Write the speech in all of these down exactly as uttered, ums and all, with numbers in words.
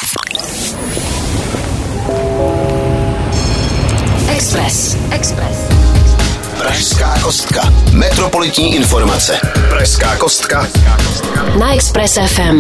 Express. Express. Pražská kostka. Metropolitní informace. Pražská kostka. Na Express F M.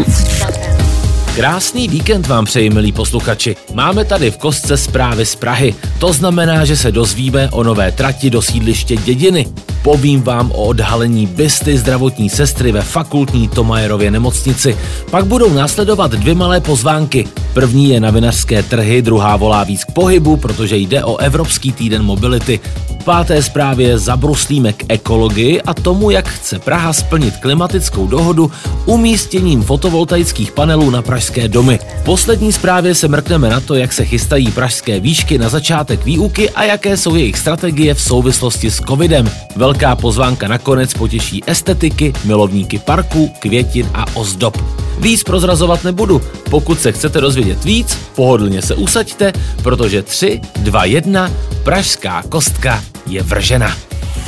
Krásný víkend vám přeji, milí posluchači. Máme tady v kostce zprávy z Prahy. To znamená, že se dozvíme o nové trati do sídliště Dědiny. Povím vám o odhalení bysty zdravotní sestry ve fakultní Thomayerově nemocnici. Pak budou následovat dvě malé pozvánky. První je na vinařské trhy, druhá volá víc k pohybu, protože jde o Evropský týden mobility. V páté zprávě zabruslíme k ekologii a tomu, jak chce Praha splnit klimatickou dohodu umístěním fotovoltaických panelů na pražské domy. V poslední zprávě se mrkneme na to, jak se chystají pražské výšky na začátek výuky a jaké jsou jejich strategie v souvislosti s covidem. Velká pozvánka nakonec potěší estetiky, milovníky parků, květin a ozdob. Víc prozrazovat nebudu. Pokud se chcete dozvědět víc, pohodlně se usaďte, protože tři, dva, jedna, Pražská kostka je vržena.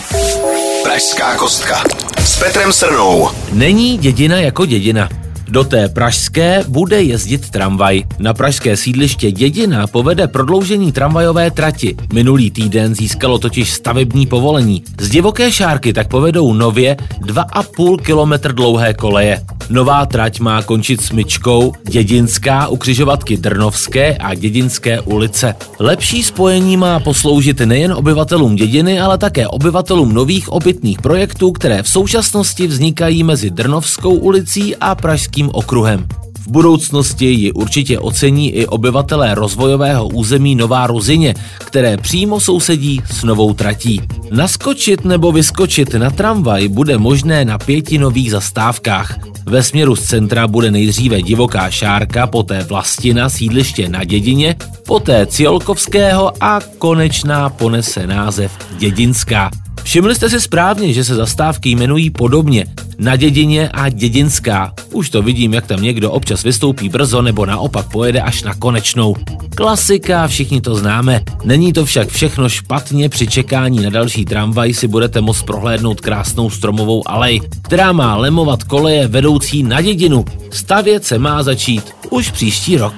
Pražská kostka s Petrem Srnou. Není Dědina jako Dědina. Do té pražské bude jezdit tramvaj. Na pražské sídliště Dědina povede prodloužení tramvajové trati. Minulý týden získalo totiž stavební povolení. Z Divoké Šárky tak povedou nově dva a půl kilometr dlouhé koleje. Nová trať má končit smyčkou Dědinská u křižovatky Drnovské a Dědinské ulice. Lepší spojení má posloužit nejen obyvatelům Dědiny, ale také obyvatelům nových obytných projektů, které v současnosti vznikají mezi Drnovskou ulicí a Pražským okruhem. V budoucnosti ji určitě ocení i obyvatelé rozvojového území Nová Ruzyně, které přímo sousedí s novou tratí. Naskočit nebo vyskočit na tramvaj bude možné na pěti nových zastávkách. Ve směru z centra bude nejdříve Divoká Šárka, poté Vlastina, sídliště na Dědině, poté Ciolkovského a konečná ponese název Dědinská. Všimli jste si správně, že se zastávky jmenují podobně, na Dědině a Dědinská. Už to vidím, jak tam někdo občas vystoupí brzo nebo naopak pojede až na konečnou. Klasika, všichni to známe. Není to však všechno špatně, při čekání na další tramvaj si budete moct prohlédnout krásnou stromovou alej, která má lemovat koleje vedoucí na Dědinu. Stavět se má začít už příští rok.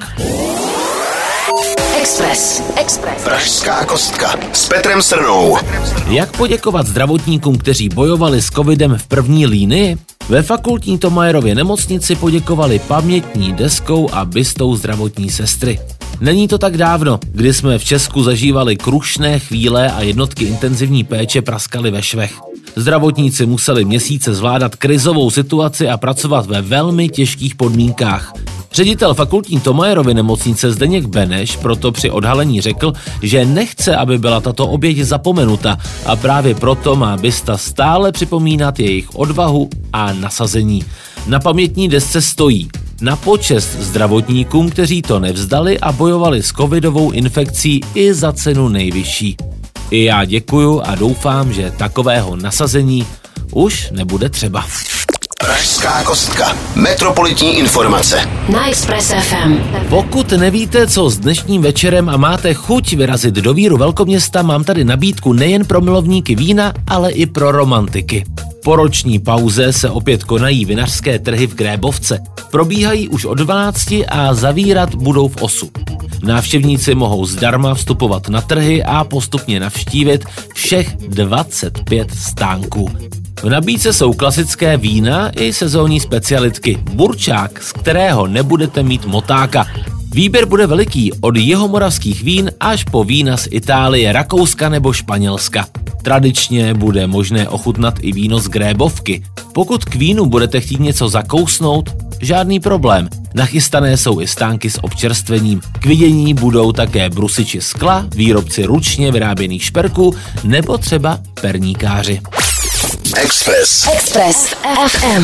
Express. Express. Pražská kostka s Petrem Srnou. Jak poděkovat zdravotníkům, kteří bojovali s covidem v první línii? Ve fakultní Thomayerově nemocnici poděkovali pamětní deskou a bystou zdravotní sestry. Není to tak dávno, kdy jsme v Česku zažívali krušné chvíle a jednotky intenzivní péče praskaly ve švech. Zdravotníci museli měsíce zvládat krizovou situaci a pracovat ve velmi těžkých podmínkách. Ředitel fakultní Thomayerovy nemocnice Zdeněk Beneš proto při odhalení řekl, že nechce, aby byla tato oběť zapomenuta a právě proto má bysta stále připomínat jejich odvahu a nasazení. Na pamětní desce stojí: na počest zdravotníkům, kteří to nevzdali a bojovali s covidovou infekcí i za cenu nejvyšší. I já děkuju a doufám, že takového nasazení už nebude třeba. Pražská kostka. Metropolitní informace. Na Express F M. Pokud nevíte, co s dnešním večerem a máte chuť vyrazit do víru velkoměsta, mám tady nabídku nejen pro milovníky vína, ale i pro romantiky. Po roční pauze se opět konají vinařské trhy v Grébovce. Probíhají už od dvanácti a zavírat budou v osm. Návštěvníci mohou zdarma vstupovat na trhy a postupně navštívit všech dvacet pět stánků. V nabídce jsou klasické vína i sezónní specialitky. Burčák, z kterého nebudete mít motáka. Výběr bude veliký, od jihomoravských vín až po vína z Itálie, Rakouska nebo Španělska. Tradičně bude možné ochutnat i víno z Grébovky. Pokud k vínu budete chtít něco zakousnout, žádný problém. Nachystané jsou i stánky s občerstvením. K vidění budou také brusiči skla, výrobci ručně vyráběných šperků nebo třeba perníkáři. Express. Express F M.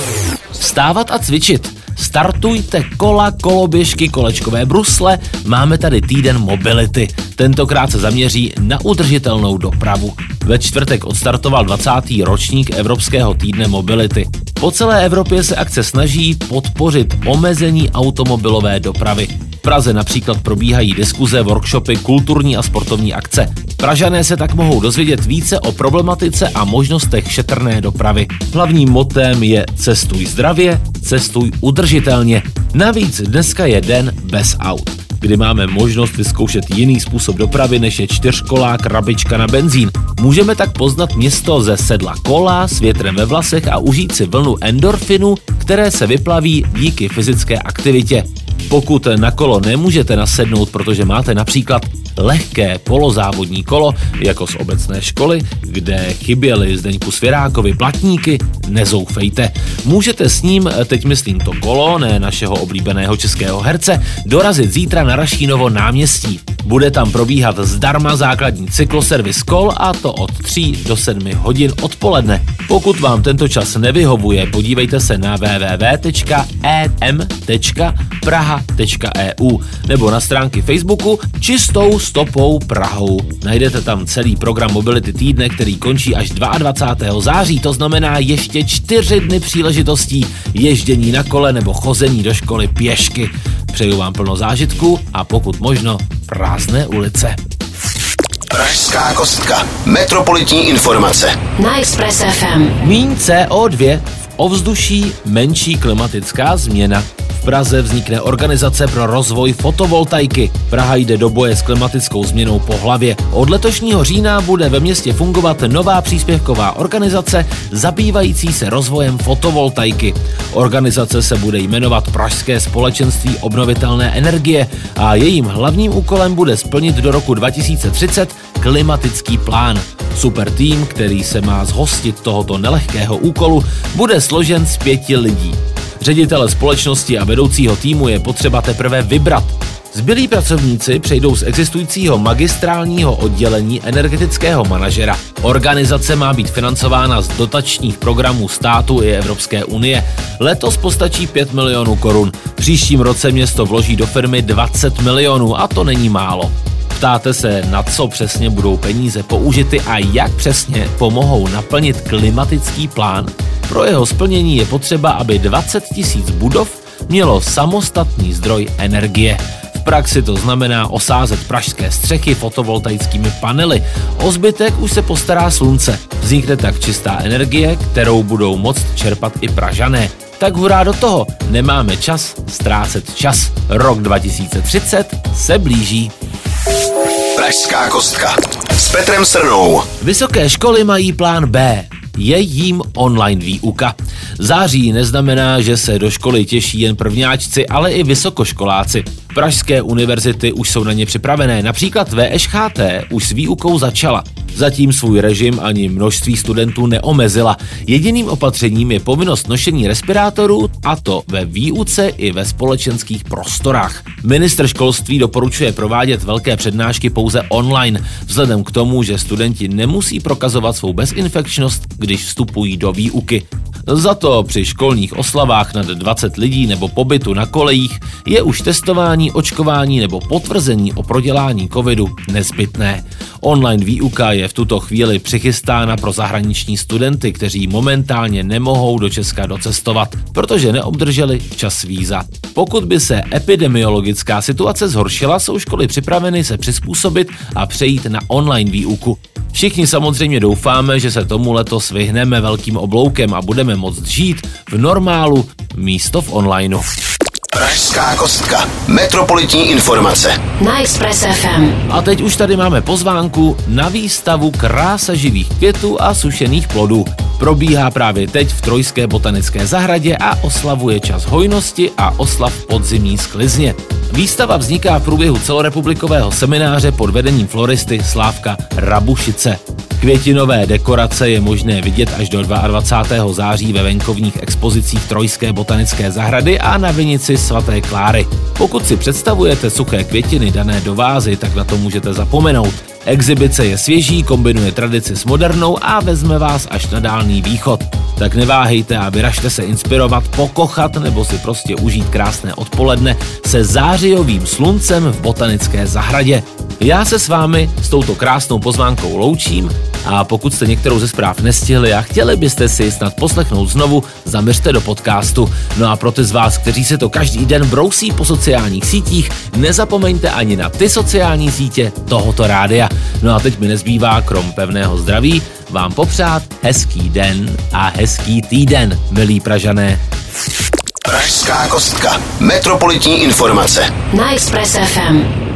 Vstávat a cvičit. Startujte kola, koloběžky, kolečkové brusle, máme tady týden mobility. Tentokrát se zaměří na udržitelnou dopravu. Ve čtvrtek odstartoval dvacátý ročník Evropského týdne mobility. Po celé Evropě se akce snaží podpořit omezení automobilové dopravy. V Praze například probíhají diskuze, workshopy, kulturní a sportovní akce. Pražané se tak mohou dozvědět více o problematice a možnostech šetrné dopravy. Hlavním motem je cestuj zdravě, cestuj udržitelně. Navíc dneska je den bez aut, kdy máme možnost vyzkoušet jiný způsob dopravy, než je čtyřkolák, krabička na benzín. Můžeme tak poznat město ze sedla kola, s větrem ve vlasech a užít si vlnu endorfinu, které se vyplaví díky fyzické aktivitě. Pokud na kolo nemůžete nasednout, protože máte například lehké polozávodní kolo, jako z obecné školy, kde chyběly Zdeňku Svěrákovi platníky, nezoufejte. Můžete s ním, teď myslím to kolo, ne našeho oblíbeného českého herce, dorazit zítra na Rašínovo náměstí. Bude tam probíhat zdarma základní cykloservis kol, a to od tří do sedmi hodin odpoledne. Pokud vám tento čas nevyhovuje, podívejte se na w w w tečka e m tečka praha tečka e u nebo na stránky Facebooku Čistou stopou Prahou. Najdete tam celý program Mobility týdne, který končí až dvacátého druhého září, to znamená ještě čtyři dny příležitostí ježdění na kole nebo chození do školy pěšky. Přeju vám plno zážitků a pokud možno prázdné ulice. Pražská kostka. Metropolitní informace. Na Express F M. Míň C O dva v ovzduší, menší klimatická změna. V Praze vznikne organizace pro rozvoj fotovoltaiky. Praha jde do boje s klimatickou změnou po hlavě. Od letošního října bude ve městě fungovat nová příspěvková organizace zabývající se rozvojem fotovoltaiky. Organizace se bude jmenovat Pražské společenství obnovitelné energie a jejím hlavním úkolem bude splnit do roku dva tisíce třicet klimatický plán. Super tým, který se má zhostit tohoto nelehkého úkolu, bude složen z pěti lidí. Ředitele společnosti a vedoucího týmu je potřeba teprve vybrat. Zbylí pracovníci přejdou z existujícího magistrálního oddělení energetického manažera. Organizace má být financována z dotačních programů státu i Evropské unie. Letos postačí pět milionů korun. V příštím roce město vloží do firmy dvacet milionů a to není málo. Ptáte se, na co přesně budou peníze použity a jak přesně pomohou naplnit klimatický plán? Pro jeho splnění je potřeba, aby dvacet tisíc budov mělo samostatný zdroj energie. V praxi to znamená osázet pražské střechy fotovoltaickými panely. O zbytek už se postará slunce. Vznikne tak čistá energie, kterou budou moct čerpat i Pražané. Tak hurá do toho, nemáme čas ztrácet čas. Rok dva tisíce třicet se blíží. Pražská kostka s Petrem Srnou. Vysoké školy mají plán B. Je jím online výuka. Září neznamená, že se do školy těší jen prvňáčci, ale i vysokoškoláci. Pražské univerzity už jsou na ně připravené, například V Š H T už s výukou začala. Zatím svůj režim ani množství studentů neomezila. Jediným opatřením je povinnost nošení respirátorů, a to ve výuce i ve společenských prostorách. Ministr školství doporučuje provádět velké přednášky pouze online, vzhledem k tomu, že studenti nemusí prokazovat svou bezinfekčnost, když vstupují do výuky. Za to při školních oslavách nad dvacet lidí nebo pobytu na kolejích je už testování, očkování nebo potvrzení o prodělání covidu nezbytné. Online výuka je v tuto chvíli přichystána pro zahraniční studenty, kteří momentálně nemohou do Česka docestovat, protože neobdrželi včas víza. Pokud by se epidemiologická situace zhoršila, jsou školy připraveny se přizpůsobit a přejít na online výuku. Všichni samozřejmě doufáme, že se tomu letos vyhneme velkým obloukem a budeme moct žít v normálu místo v onlineu. Pražská kostka. Metropolitní informace. Na Express F M. A teď už tady máme pozvánku na výstavu Krása živých květů a sušených plodů. Probíhá právě teď v Trojské botanické zahradě a oslavuje čas hojnosti a oslav podzimní sklizně. Výstava vzniká v průběhu celorepublikového semináře pod vedením floristy Slávka Rabušice. Květinové dekorace je možné vidět až do dvacátého druhého září ve venkovních expozicích Trojské botanické zahrady a na vinici svaté Kláry. Pokud si představujete suché květiny dané do vázy, tak na to můžete zapomenout. Exibice je svěží, kombinuje tradici s modernou a vezme vás až na Dálný východ. Tak neváhejte a vyražte se inspirovat, pokochat nebo si prostě užít krásné odpoledne se zářijovým sluncem v botanické zahradě. Já se s vámi s touto krásnou pozvánkou loučím A pokud jste některou ze zpráv nestihli a chtěli byste si snad poslechnout znovu, zaměřte do podcastu. No a pro ty z vás, kteří se to každý den brousí po sociálních sítích, nezapomeňte ani na ty sociální sítě tohoto rádia. No a teď mi nezbývá, krom pevného zdraví, vám popřát hezký den a hezký týden, milí Pražané. Pražská kostka. Metropolitní informace. Na Express F M.